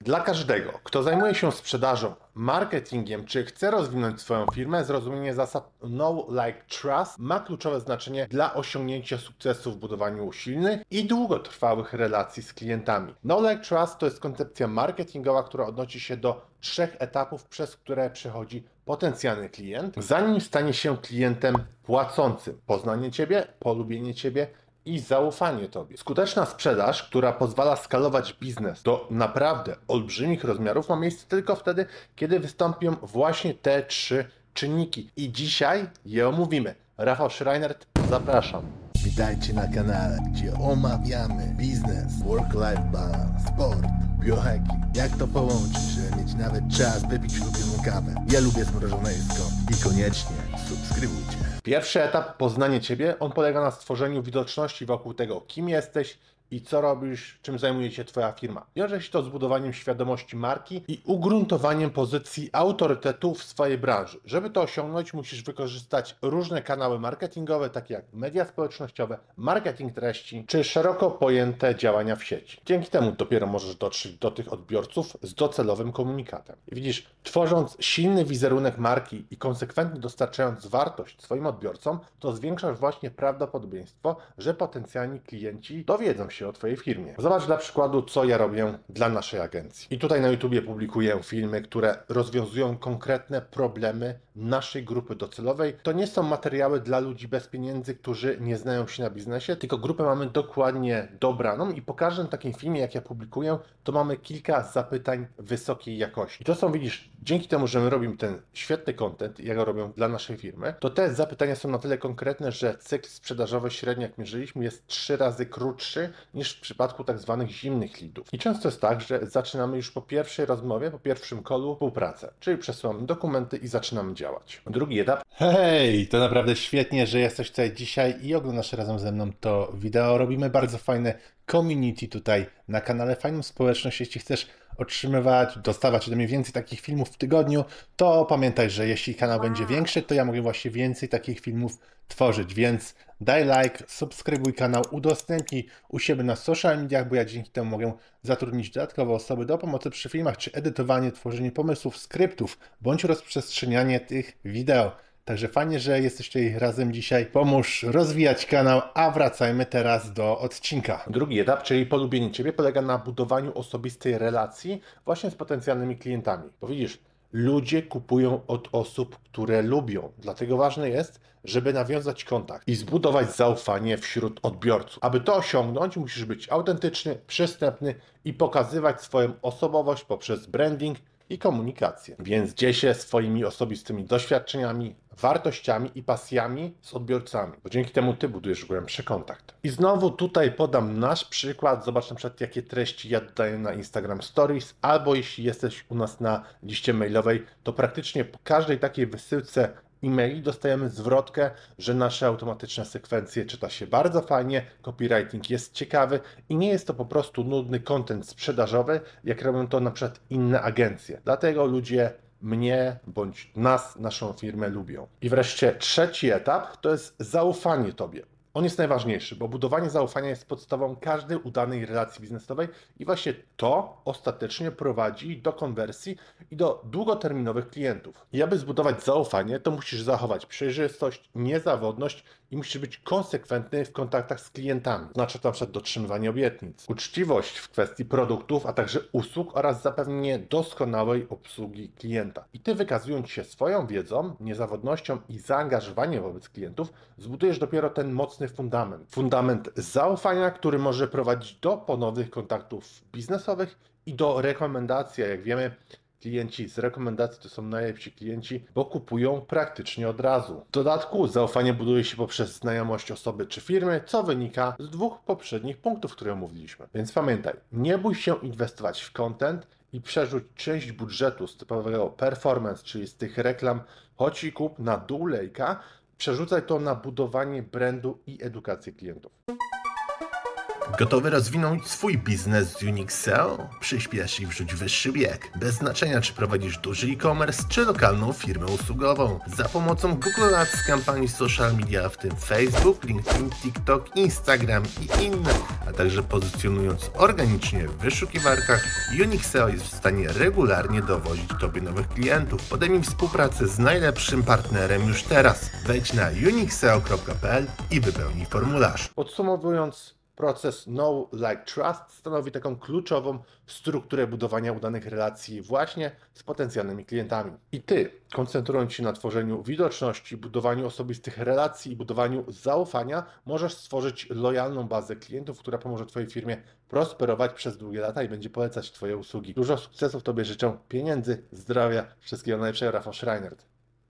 Dla każdego, kto zajmuje się sprzedażą, marketingiem, czy chce rozwinąć swoją firmę, zrozumienie zasad Know, Like, Trust ma kluczowe znaczenie dla osiągnięcia sukcesu w budowaniu silnych i długotrwałych relacji z klientami. Know, Like, Trust to jest koncepcja marketingowa, która odnosi się do 3 etapów, przez które przechodzi potencjalny klient, zanim stanie się klientem płacącym. Poznanie Ciebie, polubienie Ciebie i zaufanie Tobie. Skuteczna sprzedaż, która pozwala skalować biznes do naprawdę olbrzymich rozmiarów, ma miejsce tylko wtedy, kiedy wystąpią właśnie te 3 czynniki. I dzisiaj je omówimy. Rafał Schreiner, zapraszam. Witajcie na kanale, gdzie omawiamy biznes, work-life balance, sport, biohacking. Jak to połączyć, żeby mieć nawet czas wypić ulubioną kawę. Ja lubię zmrożone jedzko i koniecznie subskrybujcie. Pierwszy etap, poznanie Ciebie, on polega na stworzeniu widoczności wokół tego, kim jesteś i co robisz, czym zajmuje się Twoja firma. Wiąże się to z budowaniem świadomości marki i ugruntowaniem pozycji autorytetu w swojej branży. Żeby to osiągnąć, musisz wykorzystać różne kanały marketingowe, takie jak media społecznościowe, marketing treści, czy szeroko pojęte działania w sieci. Dzięki temu dopiero możesz dotrzeć do tych odbiorców z docelowym komunikatem. I widzisz, tworząc silny wizerunek marki i konsekwentnie dostarczając wartość swoim odbiorcom, to zwiększasz właśnie prawdopodobieństwo, że potencjalni klienci dowiedzą się o Twojej firmie. Zobacz dla przykładu, co ja robię dla naszej agencji. I tutaj na YouTubie publikuję filmy, które rozwiązują konkretne problemy naszej grupy docelowej. To nie są materiały dla ludzi bez pieniędzy, którzy nie znają się na biznesie, tylko grupę mamy dokładnie dobraną i po każdym takim filmie, jak ja publikuję, to mamy kilka zapytań wysokiej jakości. I to są, widzisz, dzięki temu, że my robimy ten świetny content, ja go robię dla naszej firmy, to te zapytania są na tyle konkretne, że cykl sprzedażowy średnio, jak mierzyliśmy, jest 3 razy krótszy niż w przypadku tak zwanych zimnych leadów. I często jest tak, że zaczynamy już po pierwszej rozmowie, po pierwszym callu współpracę, czyli przesyłamy dokumenty i zaczynamy działać. Drugi etap. Hej, to naprawdę świetnie, że jesteś tutaj dzisiaj i oglądasz razem ze mną to wideo. Robimy bardzo fajne community tutaj na kanale, fajną społeczność. Jeśli chcesz dostawać ode mnie więcej takich filmów w tygodniu, to pamiętaj, że jeśli kanał będzie większy, to ja mogę właśnie więcej takich filmów tworzyć, więc daj like, subskrybuj kanał, udostępnij u siebie na social mediach, bo ja dzięki temu mogę zatrudnić dodatkowe osoby do pomocy przy filmach, czy edytowanie, tworzenie pomysłów, skryptów, bądź rozprzestrzenianie tych wideo. Także fajnie, że jesteście razem dzisiaj. Pomóż rozwijać kanał, a wracajmy teraz do odcinka. Drugi etap, czyli polubienie Ciebie, polega na budowaniu osobistej relacji właśnie z potencjalnymi klientami. Bo widzisz, ludzie kupują od osób, które lubią. Dlatego ważne jest, żeby nawiązać kontakt i zbudować zaufanie wśród odbiorców. Aby to osiągnąć, musisz być autentyczny, przystępny i pokazywać swoją osobowość poprzez branding i komunikację. Więc dziel się swoimi osobistymi doświadczeniami, wartościami i pasjami z odbiorcami, bo dzięki temu Ty budujesz głębszy kontakt. I znowu tutaj podam nasz przykład. Zobacz na przykład, jakie treści ja dodaję na Instagram Stories, albo jeśli jesteś u nas na liście mailowej, to praktycznie po każdej takiej wysyłce e-maili dostajemy zwrotkę, że nasze automatyczne sekwencje czyta się bardzo fajnie, copywriting jest ciekawy i nie jest to po prostu nudny content sprzedażowy, jak robią to na przykład inne agencje. Dlatego ludzie mnie bądź nas, naszą firmę lubią. I wreszcie trzeci etap to jest zaufanie Tobie. On jest najważniejszy, bo budowanie zaufania jest podstawą każdej udanej relacji biznesowej i właśnie to ostatecznie prowadzi do konwersji i do długoterminowych klientów. I aby zbudować zaufanie, to musisz zachować przejrzystość, niezawodność i musisz być konsekwentny w kontaktach z klientami. Znaczy to na przykład dotrzymywanie obietnic, uczciwość w kwestii produktów, a także usług oraz zapewnienie doskonałej obsługi klienta. I Ty, wykazując się swoją wiedzą, niezawodnością i zaangażowaniem wobec klientów, zbudujesz dopiero ten mocny fundament. Fundament zaufania, który może prowadzić do ponownych kontaktów biznesowych i do rekomendacji. Jak wiemy, klienci z rekomendacji to są najlepsi klienci, bo kupują praktycznie od razu. W dodatku zaufanie buduje się poprzez znajomość osoby czy firmy, co wynika z 2 poprzednich punktów, które omówiliśmy. Więc pamiętaj, nie bój się inwestować w content i przerzuć część budżetu z typowego performance, czyli z tych reklam chodź i kup na dół lejka, przerzucaj to na budowanie brandu i edukację klientów. Gotowy rozwinąć swój biznes z Unique SEO? Przyspiesz i wrzuć wyższy bieg. Bez znaczenia, czy prowadzisz duży e-commerce, czy lokalną firmę usługową. Za pomocą Google Ads, kampanii social media, w tym Facebook, LinkedIn, TikTok, Instagram i inne, a także pozycjonując organicznie w wyszukiwarkach, Unique SEO jest w stanie regularnie dowozić Tobie nowych klientów. Podejmij współpracę z najlepszym partnerem już teraz. Wejdź na uniqueseo.pl i wypełnij formularz. Podsumowując, proces Know, Like, Trust stanowi taką kluczową strukturę budowania udanych relacji właśnie z potencjalnymi klientami. I Ty, koncentrując się na tworzeniu widoczności, budowaniu osobistych relacji i budowaniu zaufania, możesz stworzyć lojalną bazę klientów, która pomoże Twojej firmie prosperować przez długie lata i będzie polecać Twoje usługi. Dużo sukcesów Tobie życzę, pieniędzy, zdrowia, wszystkiego najlepszego, Rafał Schreiner.